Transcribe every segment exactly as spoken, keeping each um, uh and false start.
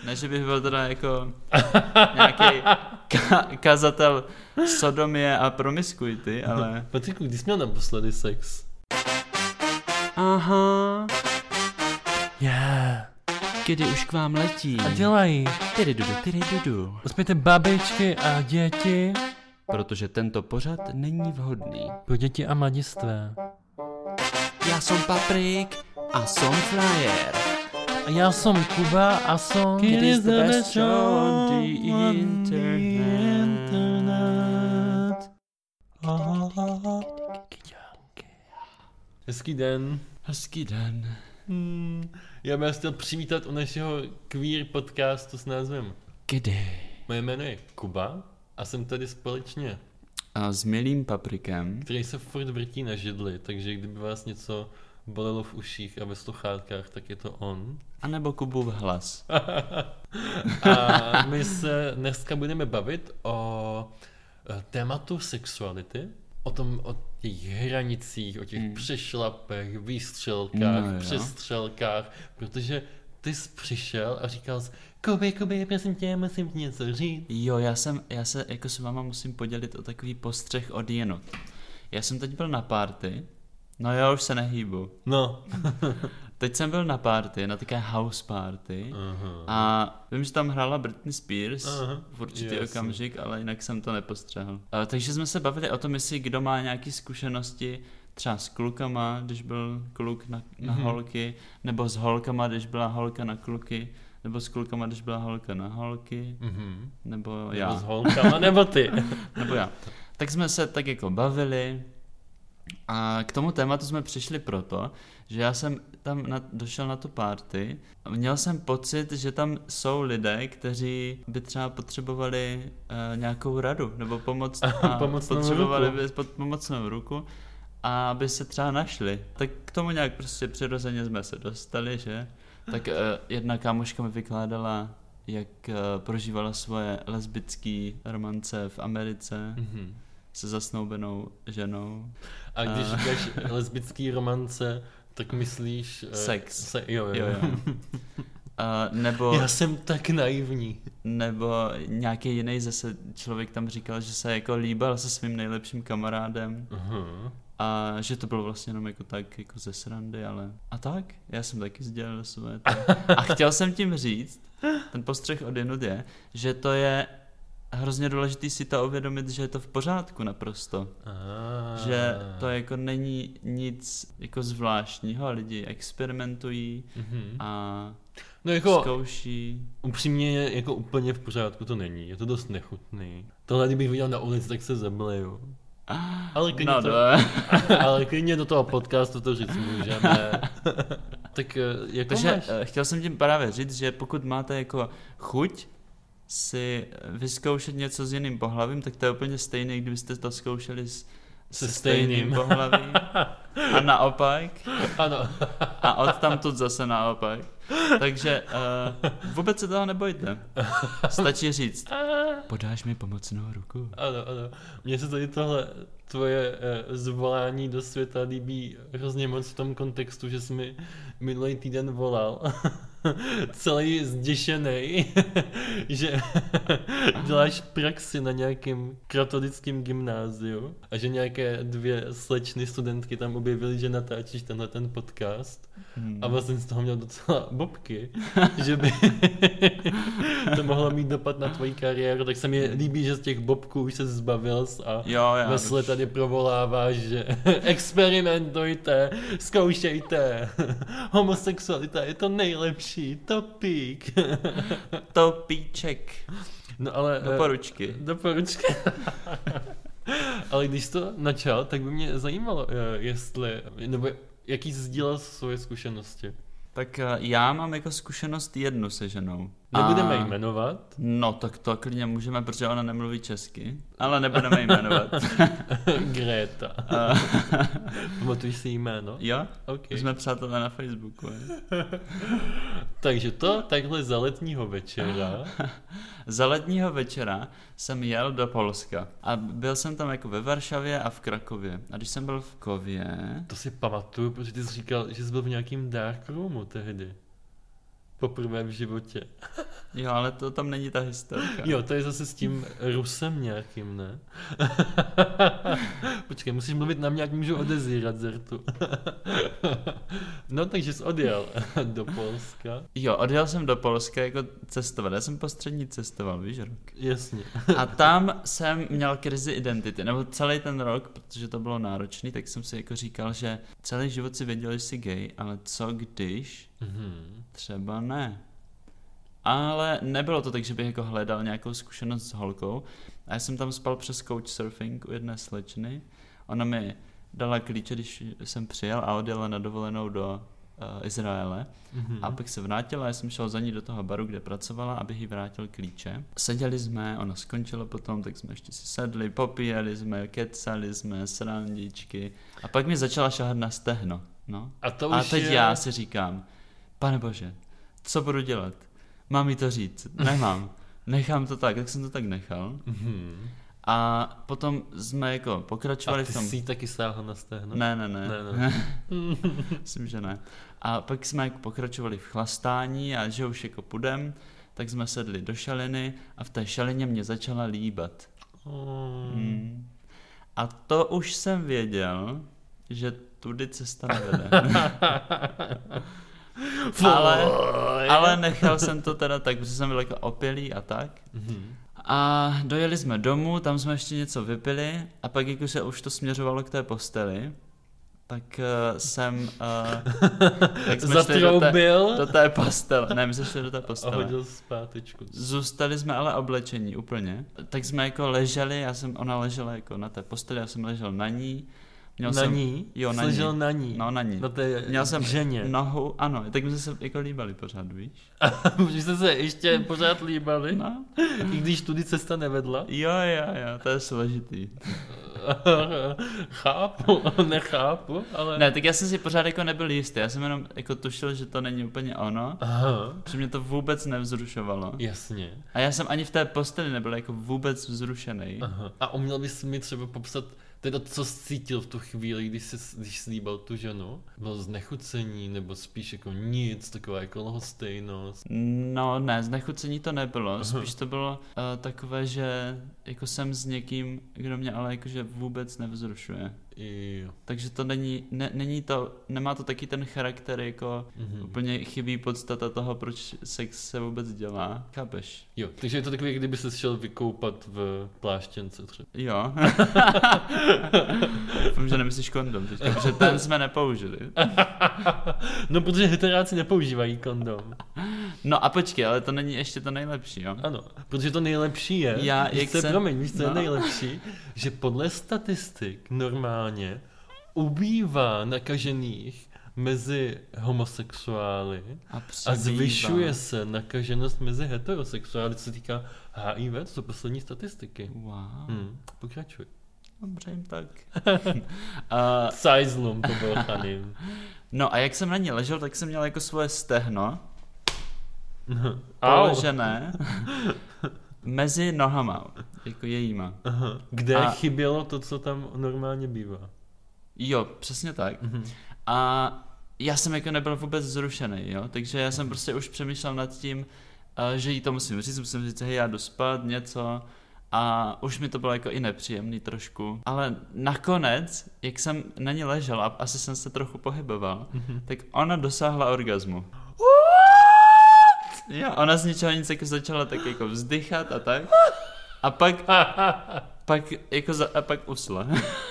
Ne, že bych byl teda jako nějaký ka- kazatel sodomie a promiskuity, ale... Patriku, kdy jsi měl naposledy sex? Aha. Yeah. Kdy už k vám letí. A dělají. Tyry dudu, tyry dudu. Uspějte babičky a děti. Protože tento pořad není vhodný. Pro děti a mladistvé. Já jsem Paprik a jsem Flyer. A já jsem Kuba a jsem... It is the best show on the internet. Hezký den. Hezký den. Hmm, já bych chtěl přivítat u našeho queer podcastu s názvem Kdy? Moje jméno je Kuba a jsem tady společně A s milým Paprikem, který se furt vrtí na židli, takže kdyby vás něco bolelo v uších a ve sluchátkách, tak je to on. a nebo Kubův hlas. A my se dneska budeme bavit o tématu sexuality, o tom, o těch hranicích, o těch hmm. přešlapech, výstřelkách, no, přestřelkách, protože ty jsi přišel a říkal jsi, Kuby, Kuby, prosím tě, musím ti něco říct. Jo, já jsem, já se jako s váma musím podělit o takový postřeh od jenot. Já jsem teď byl na party, no já už se nehýbu. No. Teď jsem byl na party, na také house party Aha. a vím, že tam hrála Britney Spears Aha. v určitý Jasně. okamžik, ale jinak jsem to nepostřehl. Uh, takže jsme se bavili o tom, jestli kdo má nějaké zkušenosti třeba s klukama, když byl kluk na, na Mhm. holky, nebo s holkama, když byla holka na kluky, nebo s klukama, když byla holka na holky, Mhm. nebo Nebo já. s holkama, nebo ty. Nebo já. Tak jsme se tak jako bavili a k tomu tématu jsme přišli proto, že já jsem tam na, došel na tu party a měl jsem pocit, že tam jsou lidé, kteří by třeba potřebovali uh, nějakou radu nebo pomoc a Pomocnou potřebovali ruku. by pod pomocnou ruku a by se třeba našli. Tak k tomu nějak prostě přirozeně jsme se dostali, že? Tak uh, jedna kámoška mi vykládala, jak uh, prožívala svoje lesbické romance v Americe Mhm. se zasnoubenou ženou. A když A- říkáš lesbický romance, tak myslíš... eh, Sex. Se, jo, jo. Jo, jo. Uh, nebo, Já jsem tak naivní. nebo nějaký jiný zase člověk tam říkal, že se jako líbil se svým nejlepším kamarádem Aha. a že to bylo vlastně jenom jako tak jako ze srandy, ale a tak, já jsem taky sdělil své to. A chtěl jsem tím říct, ten postřeh od jinut je, že to je hrozně důležitý si to uvědomit, že je to v pořádku naprosto. Ah. Že to jako není nic jako zvláštního, lidi experimentují Mhm. a No jako zkouší. upřímně jako úplně v pořádku to není, je to dost nechutný. Tohle kdybych viděl na ulici, tak se zableju. Ale klidně, No, to, do... ale klidně do toho podcastu to říct můžeme. Tak eh, jako Takže máš? eh, chtěl jsem tím právě říct, že pokud máte jako chuť si vyzkoušet něco s jiným pohlavím, tak to je úplně stejné, kdybyste to zkoušeli s, Se se stejným. stejným pohlavím. A naopak. Ano. A odtamtud zase naopak. Takže uh, vůbec se toho nebojte. Stačí říct, podáš mi pomocnou ruku. Ano, ano. Mně se tady tohle tvoje eh, zvolání do světa líbí hrozně moc v tom kontextu, že jsi mi minulý týden volal. Celý zděšený, že děláš praxi na nějakém katolickém gymnáziu a že nějaké dvě slečny studentky tam objevily, že natáčíš tenhle ten podcast Hmm. a vlastně z toho měl docela bobky, že by to mohlo mít dopad na tvoji kariéru, tak se mi líbí, že z těch bobků už se zbavil a Jo, já vesle už- tady provoláváš, že experimentujte, zkoušejte, homosexualita je to nejlepší, topík. Topíček. No ale... Do eh, poručky. Do poručky. Ale když to načal, tak by mě zajímalo, eh, jestli, nebo jaký jsi sdílel svoje zkušenosti. Tak eh, já mám jako zkušenost jednu se ženou. Nebudeme A- jmenovat. No, tak to klidně můžeme, protože ona nemluví česky. Ale nebudeme jmenovat. Greta. A- Pamatuješ si jméno? jo? Okay. Jsme přátelé na Facebooku. Je. Takže to takhle za letního večera. Za letního večera jsem jel do Polska. A byl jsem tam jako ve Varšavě a v Krakově. A když jsem byl v Kově... To si pamatuju, protože ty jsi říkal, že jsi byl v nějakým dark roomu tehdy. Poprvé v životě. Jo, ale to tam není ta historka. Jo, to je zase s tím Rusem nějakým, ne? Počkej, musíš mluvit na mě, jak můžu odezírat zrtu. No, takže jsi odjel do Polska. Jo, odjel jsem do Polska jako cestovat. Já jsem po střední cestoval, víš, rok. Jasně. A tam jsem měl krizi identity, nebo celý ten rok, protože to bylo náročný, tak jsem si jako říkal, že celý život si věděl, že jsi gay, ale co když Mhm. třeba ne. Ale nebylo to tak, že bych jako hledal nějakou zkušenost s holkou. A já jsem tam spal přes couchsurfing u jedné slečny. Ona mi dala klíče, když jsem přijel a odjela na dovolenou do uh, Izraele. Mhm. A pak se vrátila, já jsem šel za ní do toho baru, kde pracovala, abych jí vrátil klíče. Seděli jsme, ona skončila potom, tak jsme ještě si sedli, popíjeli jsme, kecali jsme, srandičky. A pak mi začala šahat na stehno. No. A to A už teď je... já si říkám, pane bože, co budu dělat? Mám jí to říct? Nemám. Nechám to tak, tak jsem to tak nechal. Mhm. A potom jsme jako A pokračovali ty v tom... jsi jí taky sáhl na stehno? Ne, ne, ne. Ne, ne. Myslím, že ne. A pak jsme jako pokračovali v chlastání a že už jako půjdem, tak jsme sedli do šaliny a v té šalině mě začala líbat. Oh. Hmm. A to už jsem věděl, že tudy cesta nevede. ale, ale nechal jsem to teda tak, protože jsem byl jako opilý a tak. Mhm. A dojeli jsme domů, tam jsme ještě něco vypili a pak jako se už to směřovalo k té posteli, tak uh, jsem uh, tak jsme šli do té, Zatroubil do té postele. Ne, my jsme šli do té a postele. hodil zpátečku. Zůstali jsme ale oblečení úplně. Tak jsme jako leželi, já jsem, ona ležela jako na té posteli, já jsem ležel na ní. Měl Na jsem, ní? Jo, na Sležel ní. na ní? No, na ní. Na té Měl jsem ženě. nohu, ano, tak my jsme se jako líbali pořád, víš? Že jste se ještě pořád líbali? No. I když tudy cesta nevedla? Jo, jo, jo, to je složitý. Chápu, nechápu, ale... Ne, tak já jsem si pořád jako nebyl jistý, já jsem jenom jako tušil, že to není úplně ono, Aha, protože mě to vůbec nevzrušovalo. jasně. A já jsem ani v té posteli nebyl jako vůbec vzrušený. Aha. A uměl bys mi třeba popsat, teda co jsi cítil v tu chvíli, když jsi, když jsi líbal tu ženu? Bylo znechucení, nebo spíš jako nic, taková jako lhostejnost? No ne, znechucení to nebylo, spíš to bylo uh, takové, že jako jsem s někým, kdo mě ale jakože vůbec nevzrušuje. Jo. Takže to není, ne, není to, nemá to taky ten charakter jako Mhm. úplně chybí podstata toho, proč sex se vůbec dělá. Chápeš? Jo, takže je to takové, kdyby se šel vykoupat v pláštěnce třeba. Jo. Doufám, že nemyslíš kondom teďka, protože ten jsme nepoužili. No, protože heteráci nepoužívají kondom. No a počkej, ale to není ještě to nejlepší, jo? Ano, protože to nejlepší je, Já, víš, jak co je, jsem- promiň, víš, co je no. nejlepší, že podle statistik normálně ubývá nakažených mezi homosexuály A, a přibývá. zvyšuje se nakaženost mezi heterosexuály, co se týká H I V, to jsou poslední statistiky. Wow, Hmm, pokračuj. dobře jim tak. uh, Sajzlum to byl chanim. no a jak jsem na ní ležel, tak jsem měl jako svoje stehno Au. položené mezi nohama, jako jejíma. Aha. Kde A- chybělo to, co tam normálně bývá. Jo, přesně tak. Mhm. A já jsem jako nebyl vůbec zrušený, jo, takže já jsem prostě už přemýšlel nad tím, uh, že jí to musím říct, musím říct, hej, já jdu spát, něco, a už mi to bylo jako i nepříjemný trošku. Ale nakonec, jak jsem na ní ležel a asi jsem se trochu pohyboval, Mhm. tak ona dosáhla orgazmu. Jo, ona z ničeho nic jako začala tak jako vzdychat a tak. A pak, pak jako za, a pak usla.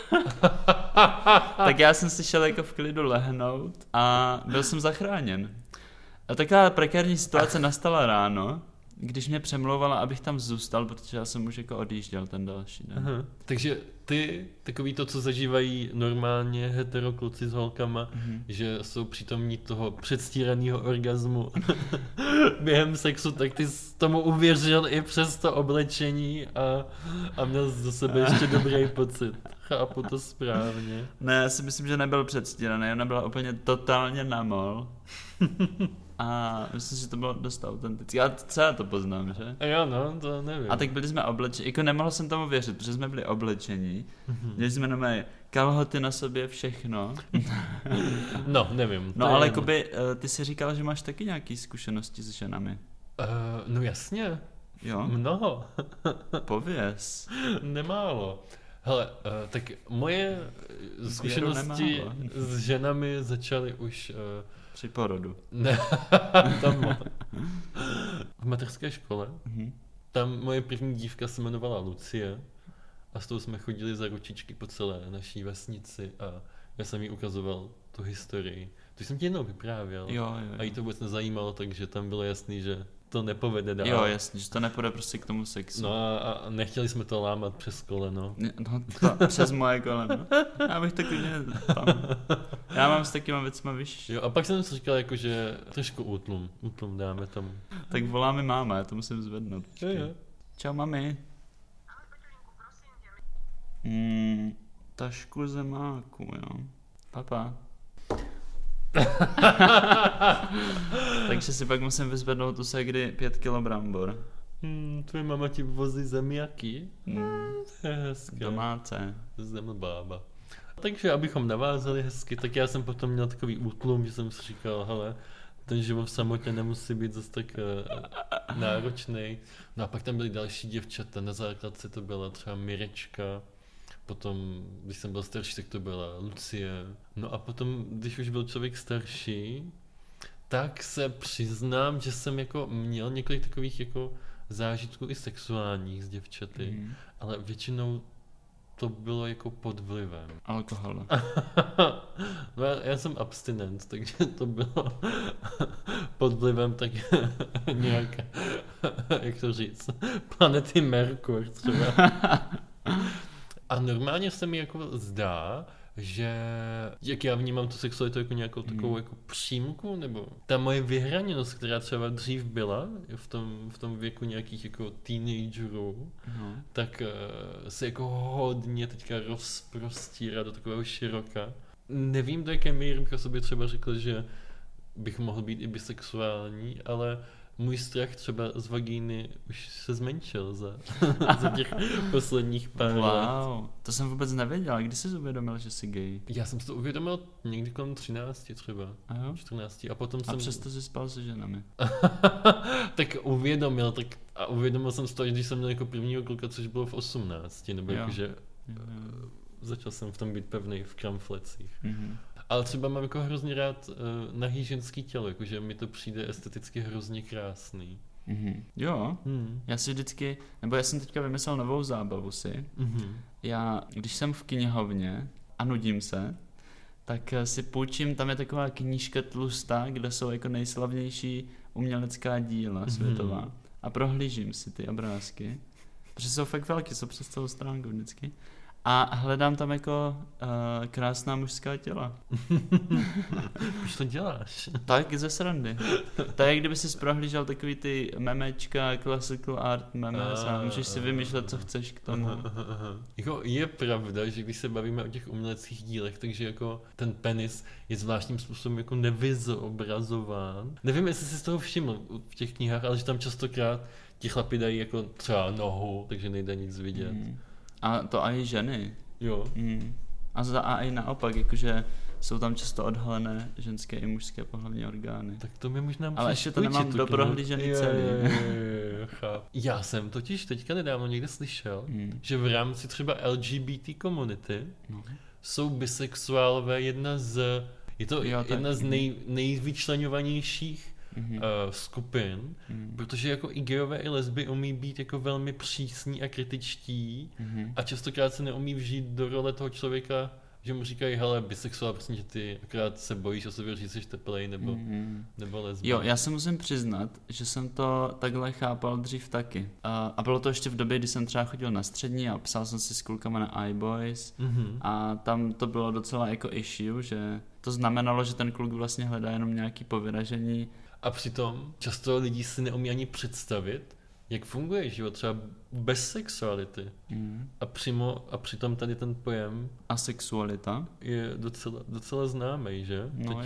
Tak já jsem si šel jako v klidu lehnout a byl jsem zachráněn. A taková prekérní situace nastala ráno, když mě přemlouvala, abych tam zůstal, protože já jsem už jako odjížděl ten další den. Aha. Takže ty, takový to, co zažívají normálně heterokluci s holkama, Mhm. že jsou přítomní toho předstíraného orgazmu během sexu, tak ty jsi tomu uvěřil i přes to oblečení a, a měl za sebe ještě dobrý pocit. Chápu to správně. Ne, já si myslím, že nebyl předstíraný, ona byla úplně totálně namol. A myslím, že to bylo dost autentické. Já celé to poznám, že? A jo, no, to nevím. A tak byli jsme oblečeni, jako nemohl jsem tomu věřit, protože jsme byli oblečeni. Mm-hmm. Měli jsme nové kalhoty na sobě, všechno. No, nevím. No ale jakoby, ty si říkal, že máš taky nějaké zkušenosti s ženami. Uh, no jasně. Jo? Mnoho. Pověz. Nemálo. Hele, uh, tak moje zkušenosti s ženami začaly už... Uh, Při porodu. Ne, tam v mateřské škole. Mm-hmm. Tam moje první dívka se jmenovala Lucie a s tou jsme chodili za ručičky po celé naší vesnici a já jsem jí ukazoval tu historii. To jsem ti jednou vyprávěl. Jo, jo, jo. A jí to vůbec nezajímalo, takže tam bylo jasný, že to nepovede dál. Jo, jasně, že to nepůjde prostě k tomu sexu. No a, a nechtěli jsme to lámat přes koleno. No to, přes moje koleno. Já bych taky mě tam. Já mám s takýma věcma vyšší. Jo, a pak jsem si říkal, jako, že trošku útlum, útlum dáme tomu. Tak volá mi máma, já to musím zvednout. Jo, jo. Čau, mami. Mm, tašku zemáku, jo. Papa. Takže si pak musím vyzvednout u segry pět kilo brambor. Hmm, tvoje mama ti vozí zemiaky? Hmm. To je hezké. Domáce. Zemlbába. Takže abychom navázali hezky, tak já jsem potom měl takový útlum, že jsem si říkal, hele, ten život v samotě nemusí být zase tak uh, náročný. No a pak tam byly další děvčata, na základce to byla třeba Mirečka, potom, když jsem byl starší, tak to byla Lucie. No a potom, když už byl člověk starší, tak se přiznám, že jsem jako měl několik takových jako zážitků i sexuálních s děvčaty, mm. ale většinou to bylo jako pod vlivem. Alkoholu. No já, já jsem abstinent, takže to bylo pod vlivem tak nějak, jak to říct, planety Merkur třeba. A normálně se mi jako zdá, že jak já vnímám tu sexualitu jako nějakou takovou mm. jako přímku, nebo ta moje vyhraněnost, která třeba dřív byla v tom, v tom věku nějakých jako teenagerů, mm. tak uh, se jako hodně teďka rozprostírá do takového široka. Nevím, do jaké míry bych o sobě třeba řekl, že bych mohl být i bisexuální, ale můj strach třeba z vagíny už se zmenšil za, za těch posledních pár wow, let. Wow, to jsem vůbec nevěděl. Kdy jsi uvědomil, že jsi gay? Já jsem si to uvědomil někdy kolem třinácti třeba. A jo? čtrnácti. A potom a jsem... přesto jsi spal se ženami. Tak uvědomil, tak a uvědomil jsem si to, když jsem měl jako prvního kluka, což bylo v osmnácti, nebo jakože začal jsem v tom být pevný v kramflecích. Mm-hmm. Ale třeba mám jako hrozně rád uh, nahý ženský tělo, jakože mi to přijde esteticky hrozně krásný. Mm-hmm. Jo, mm. já si vždycky, nebo já jsem teďka vymyslel novou zábavu si. Mm-hmm. Já, když jsem v knihovně a nudím se, tak si půjčím, tam je taková knížka tlustá, kde jsou jako nejslavnější umělecká díla světová. Mm-hmm. A prohlížím si ty obrázky, protože jsou fakt velké, jsou přes celou stránku vždycky. A hledám tam jako uh, krásná mužská těla. Už to děláš? Tak, ze srandy. To je, kdyby jsi prohlížel takový ty memečka, classical art memes a můžeš si vymýšlet, co chceš k tomu. Aha, aha, aha. Jako je pravda, že když se bavíme o těch uměleckých dílech, takže jako ten penis je zvláštním způsobem jako nevyzobrazován. Nevím, jestli jsi z toho všiml v těch knihách, ale že tam častokrát ti chlapi dají jako třeba nohu, takže nejde nic vidět. Hmm. A to i ženy. Jo. Mm. A, za, a i naopak, jakože jsou tam často odhalené ženské i mužské pohlavní orgány. Tak to mi možná můžeš. Ale ještě to nemám doprohlížený celý. Je, je, je, Já jsem totiž teďka nedávno někde slyšel, mm. že v rámci třeba L G B T komunity no. jsou bisexuálové jedna z, je to jo, jedna z nej, nejvyčleňovanějších Mm-hmm. Uh, skupin, mm-hmm. protože jako i gayové i lesby umí být jako velmi přísní a kritičtí mm-hmm. a častokrát se neumí vžít do role toho člověka, že mu říkají, hele, bisexuál, prostě ty akorát se bojíš o sobě říct, že jsi teplej nebo, mm-hmm. nebo lesba. Jo, já se musím přiznat, že jsem to takhle chápal dřív taky. A, a bylo to ještě v době, kdy jsem třeba chodil na střední a psal jsem si s klukama na iBoys mm-hmm. a tam to bylo docela jako issue, že to znamenalo, že ten kluk vlastně hledá jenom nějaký povyražení. A přitom často lidi si neumí ani představit, jak funguje život třeba bez sexuality. Mm. A, přímo, a přitom tady ten pojem asexualita je docela, docela známý, že? No Teďka. je.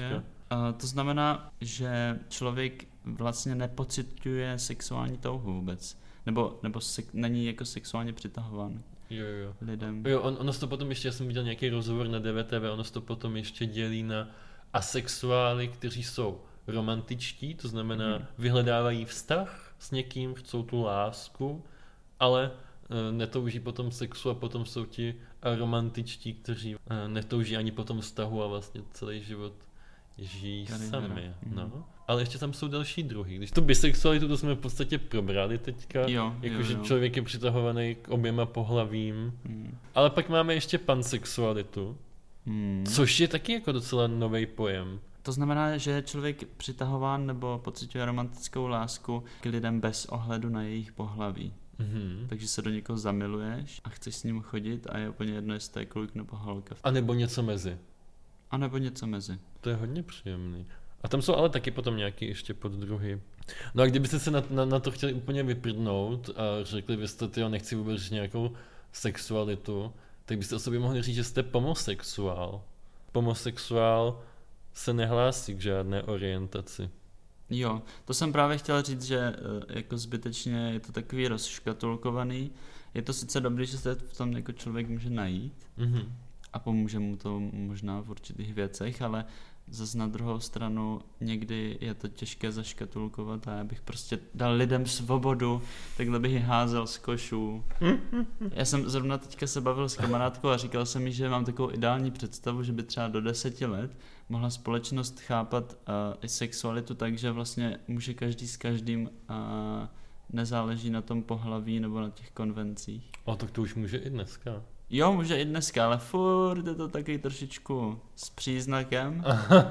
Uh, to znamená, že člověk vlastně nepociťuje sexuální touhu vůbec. Nebo, nebo se, není jako sexuálně přitahován jo, jo. lidem. Jo, on, ono to potom ještě, já jsem viděl nějaký rozhovor na D V T V, ono to potom ještě dělí na asexuály, kteří jsou romantičtí, to znamená hmm. vyhledávají vztah s někým, chcou tu lásku, ale e, netouží potom sexu a potom jsou ti romantičtí, kteří e, netouží ani potom vztahu a vlastně celý život žijí Karibera. sami. Hmm. No. Ale ještě tam jsou další druhy. Když tu bisexualitu, to jsme v podstatě probrali teďka, jakože člověk je přitahovaný k oběma pohlavím. Hmm. Ale pak máme ještě pansexualitu, hmm. což je taky jako docela nový pojem. To znamená, že je člověk přitahován nebo pociťuje romantickou lásku k lidem bez ohledu na jejich pohlaví. Mm-hmm. Takže se do někoho zamiluješ a chceš s ním chodit a je úplně jedno, jestli to je kluk nebo holka. A nebo něco mezi. A nebo něco mezi. To je hodně příjemný. A tam jsou ale taky potom nějaký ještě poddruhy. No a kdybyste se na, na, na to chtěli úplně vyprdnout a řekli byste, tyjo, nechci vůbec nějakou sexualitu, tak byste o sobě mohli říct, že jste pomosexuál. Pomosexuál se nehlásí k žádné orientaci. Jo, to jsem právě chtěl říct, že jako zbytečně je to takový rozškatulkovaný. Je to sice dobrý, že se v tom jako člověk může najít mm-hmm. a pomůže mu to možná v určitých věcech, ale zase na druhou stranu někdy je to těžké zaškatulkovat a já bych prostě dal lidem svobodu, takhle bych je házel z košů. Já jsem zrovna teďka se bavil s kamarádkou a říkal jsem jí, že mám takovou ideální představu, že by třeba do deseti let mohla společnost chápat uh, i sexualitu tak, že vlastně může každý s každým uh, nezáleží na tom pohlaví nebo na těch konvencích. A tak to už může i dneska. Jo, může i dneska, ale furt je to taky trošičku s příznakem,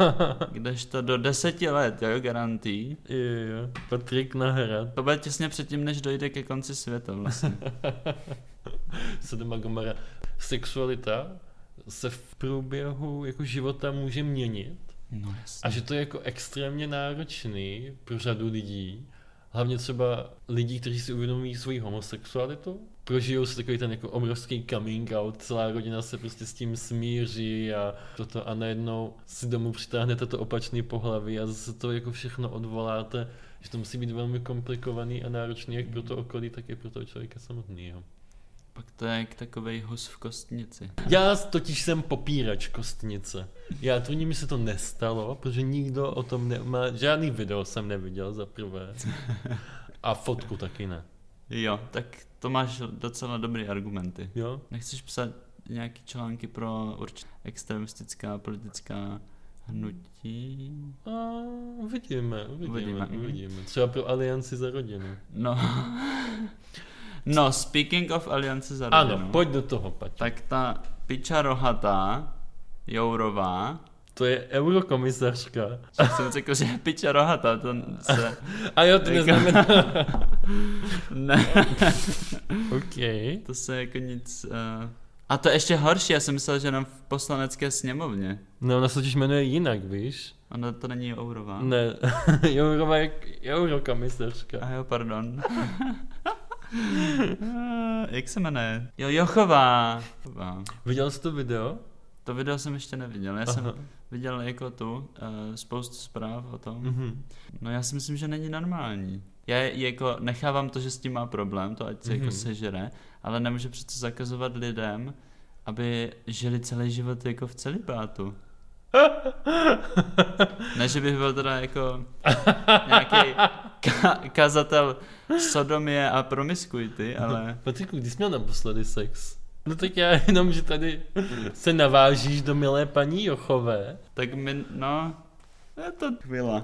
kdežto do deseti let, jo, garantí. Jo, jo, Patrik Nahrad. To bude těsně předtím, než dojde ke konci světa vlastně. Sodoma Gomorra. Sexualita se v průběhu jako života může měnit. No jasně. A že to je jako extrémně náročný pro řadu lidí. Hlavně třeba lidí, kteří si uvědomují svoji homosexualitu, prožijou si takový ten jako obrovský coming out, celá rodina se prostě s tím smíří a toto a najednou si domů přitáhnete to opačný pohlaví a zase to jako všechno odvoláte, že to musí být velmi komplikovaný a náročný jak pro to okolí, tak i pro toho člověka samotného. Pak to je jak takovej hus v kostnici. Já totiž jsem popírač kostnice. Já tvrdím, mi se to nestalo, protože nikdo o tom nemá, žádný video jsem neviděl za prvé. A fotku taky ne. Jo, tak to máš docela dobrý argumenty. Jo? Nechceš psat nějaký články pro určitě extremistická politická hnutí? A uvidíme, uvidíme, uvidíme. uvidíme. Třeba pro Alianci za rodinu. No... No, speaking of Aliance za rodinu. Ano, pojď do toho, Paťo. Tak ta piča rohatá, Jourová. To je eurokomisařka. Já jsem řekl, že je piča rohatá, to se... A jo, to neznamená... Ne. OK. To se jako nic... Uh... A to je ještě horší, já jsem myslel, že jenom v poslanecké sněmovně. No, ona se totiž jmenuje jinak, víš? Ona to není Jourová. Ne, Jourová je eurokomisařka. A jo, pardon. Jak se jmenuje? Jo, Jochová. Viděl jsi to video? To video jsem ještě neviděl. Já Aha. jsem viděl jako tu uh, spoustu zpráv o tom. Mm-hmm. No já si myslím, že není normální. Já jako nechávám to, že s tím má problém, to ať se mm-hmm. jako sežere, ale nemůže přece zakazovat lidem, aby žili celý život jako v celibátu. Ne, že bych byl teda jako nějaký ka- kazatel sodomie a promiskuity, ale... Patriku, kdy jsi měl naposledy sex? No tak já jenom, že tady se navážíš do milé paní Jochové. Tak mi, no, je to chvíla.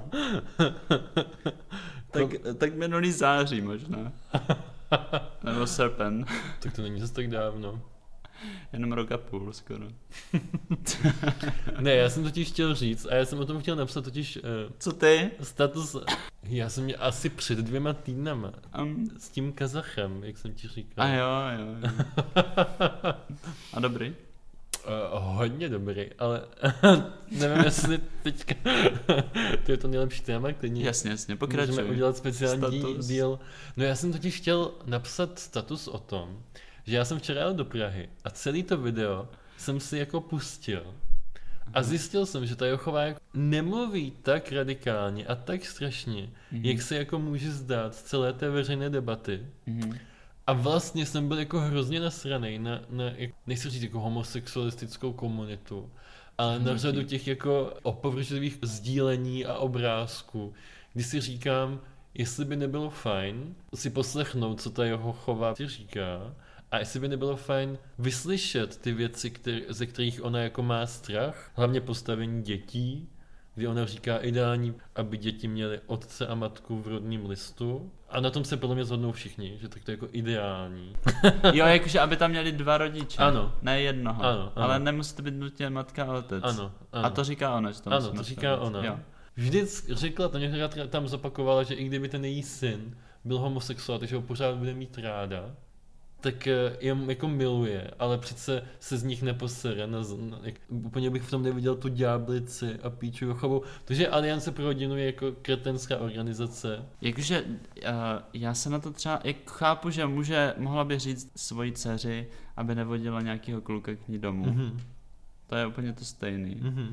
tak, tak minulý září možná. Nebo srpen. Tak to není zase tak dávno. Jenom rok a půl skoro. Ne, já jsem totiž chtěl říct, a já jsem o tom chtěl napsat totiž... Uh, Co ty? Status... Já jsem měl asi před dvěma týdnama. Um, s tím Kazachem, jak jsem ti říkal. A jo, jo. jo. A dobrý? Uh, hodně dobrý, ale nevím, jestli teďka... to je to nejlepší téma, který... Jasně, jasně, pokračuj. Můžeme udělat speciální status. díl. No já jsem totiž chtěl napsat status o tom, že já jsem včera jel do Prahy a celý to video jsem si jako pustil A zjistil jsem, že ta Jochová jako nemluví tak radikálně a tak strašně, mm-hmm. jak se jako může zdát z celé té veřejné debaty. Mm-hmm. A vlastně jsem byl jako hrozně nasranej na, na jak, nechci říct jako homosexualistickou komunitu, ale na řadu těch jako opovržených sdílení a obrázků, kdy si říkám, jestli by nebylo fajn si poslechnout, co ta Jochová ti říká, a jestli by nebylo fajn vyslyšet ty věci, který, ze kterých ona jako má strach, hlavně postavení dětí, kdy ona říká ideální, aby děti měly otce a matku v rodném listu. A na tom se podle mě shodnou všichni, že tak to je jako ideální. Jo, jakože aby tam měli dva rodiče. Ano. Ne jednoho. Ano, ano. Ale nemusí to být nutně matka a otec. Ano, ano. A to říká ona, že to Ano, to říká ona. Jo. Vždycky řekla, to některá tam zopakovala, že i kdyby ten její syn byl homosexuál, takže ho pořád bude mít ráda, tak je jako miluje, ale přece se z nich neposere. Na, na, jak, úplně bych v tom neviděl tu ďáblici a Píču Jochovou. Takže Aliance pro rodinu je jako kretenská organizace. Jakože uh, já se na to třeba, jak chápu, že může, mohla by říct svojí dceři, aby nevodila nějakého kluka k ní domů. Mm-hmm. To je úplně to stejný. Mm-hmm.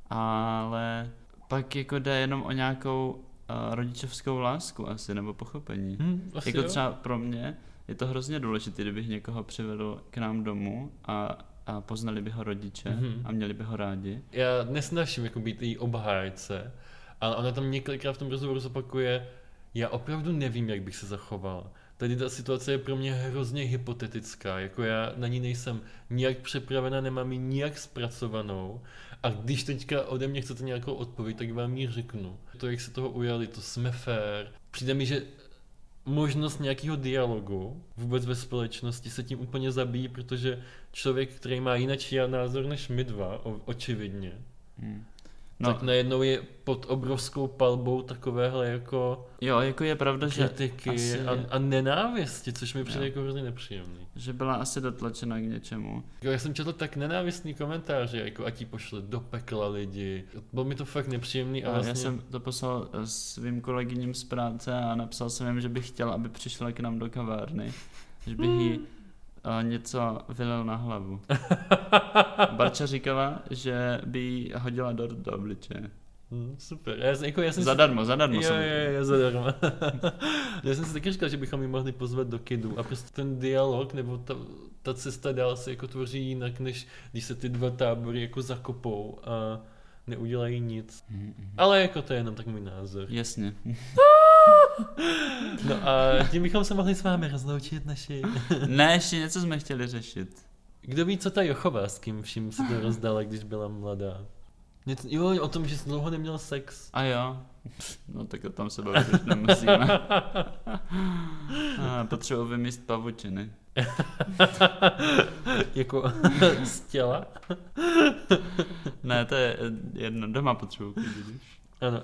Ale pak jako jde jenom o nějakou uh, rodičovskou lásku asi, nebo pochopení. Mm, asi jako jo. třeba pro mě je to hrozně důležité, kdybych někoho přivedl k nám domů a, a poznali by ho rodiče mm-hmm. a měli by ho rádi. Já nesnažím jako být její obhájce, ale ona tam několikrát v tom rozhovoru zopakuje, já opravdu nevím, jak bych se zachoval. Tady ta situace je pro mě hrozně hypotetická, jako já na ní nejsem nijak připravená, nemám ji nijak zpracovanou a když teďka ode mě chcete nějakou odpověď, tak vám ji řeknu. To, jak se toho ujali, to jsme fair. Přijde mi, že možnost nějakého dialogu vůbec ve společnosti se tím úplně zabíjí, protože člověk, který má jináčí názor než my dva, o, očividně, hmm. no. tak najednou je pod obrovskou palbou takovéhle jako jo, jako je pravda, kritiky že a, a nenávisti, což mi přijde jako hrozně nepříjemný. Že byla asi dotlačena k něčemu. Já jsem četl tak nenávistný komentáře, jako ať jí pošle do pekla lidi. Bylo mi to fakt nepříjemný. A, a vlastně... Já jsem to poslal svým kolegyním z práce a napsal jsem jim, že bych chtěl, aby přišla k nám do kavárny. Že bych jí uh, něco vylil na hlavu. Barča říkala, že by jí hodila dort do obličeje. Hmm, super. Já, jako, já jsem zadarmo, si... zadarmo. Jo, jo, jo, zadarmo. Já jsem si taky říkal, že bychom ji mohli pozvat do kidu a prostě ten dialog nebo ta, ta cesta dál se jako tvoří jinak, než když se ty dva tábory jako zakopou a neudělají nic. Mm-hmm. Ale jako to je jenom tak můj názor. Jasně. No a tím bychom se mohli s vámi rozloučit naši... Ne, ještě něco jsme chtěli řešit. Kdo ví, co ta Jochová, s kým vším se to rozdala, když byla mladá? Něco, jo, o tom, že jsi dlouho neměl sex. A jo. No tak o tom se bavit už nemusíme. Potřebuji vymíst pavučiny. Jako z těla? Ne, to je jedno. Doma potřebuji klidit. Ano.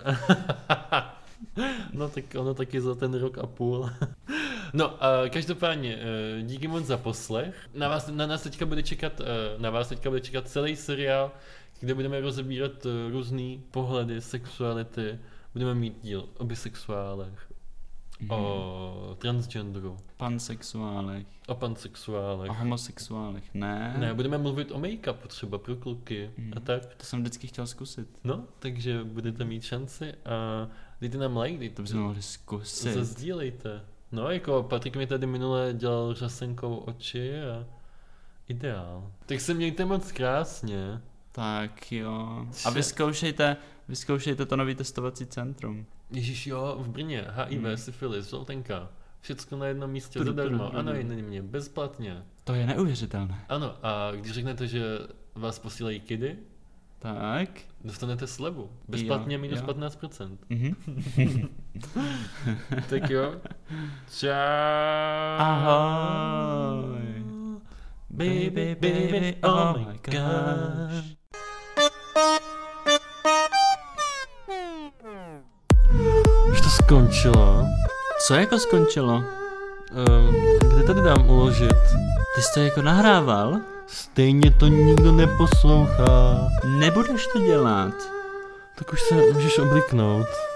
No tak ono taky za ten rok a půl. No a každopádně díky moc za poslech. Na vás, na nás teďka bude čekat, na vás teďka bude čekat celý seriál, kde budeme rozebírat různý pohledy, sexuality. Budeme mít díl o bisexuálech, mm. o transgenderu, pansexuálech, o pansexuálech, o homosexuálech, ne? Ne, budeme mluvit o make-upu třeba pro kluky mm. a tak. To jsem vždycky chtěl zkusit. No, takže budete mít šanci a dejte nám like, dejte. To bychom mohli zkusit. Zazdílejte. No, jako Patrik mi tady minule dělal řasenkou oči a ideál. Tak se mějte moc krásně. Tak jo. A vyzkoušejte, vyzkoušejte to nový testovací centrum. Ježíš jo, v Brně, H I V, hmm. syfilis, žloutenka. Všecko na jednom místě zadarmo. Ano, jen mě, bezplatně. To je neuvěřitelné. Ano, a když řeknete, že vás posílají kidy, tak dostanete slevu. Bezplatně jo, minus jo. patnáct procent. Mm-hmm. Tak jo. Čau. Ahoj. Baby, baby, oh my gosh. Už to skončilo. Co jako skončilo? Um, kde tady dám uložit? Ty jsi to jako nahrával? Stejně to nikdo neposlouchá. Nebudeš to dělat. Tak už se můžeš obliknout.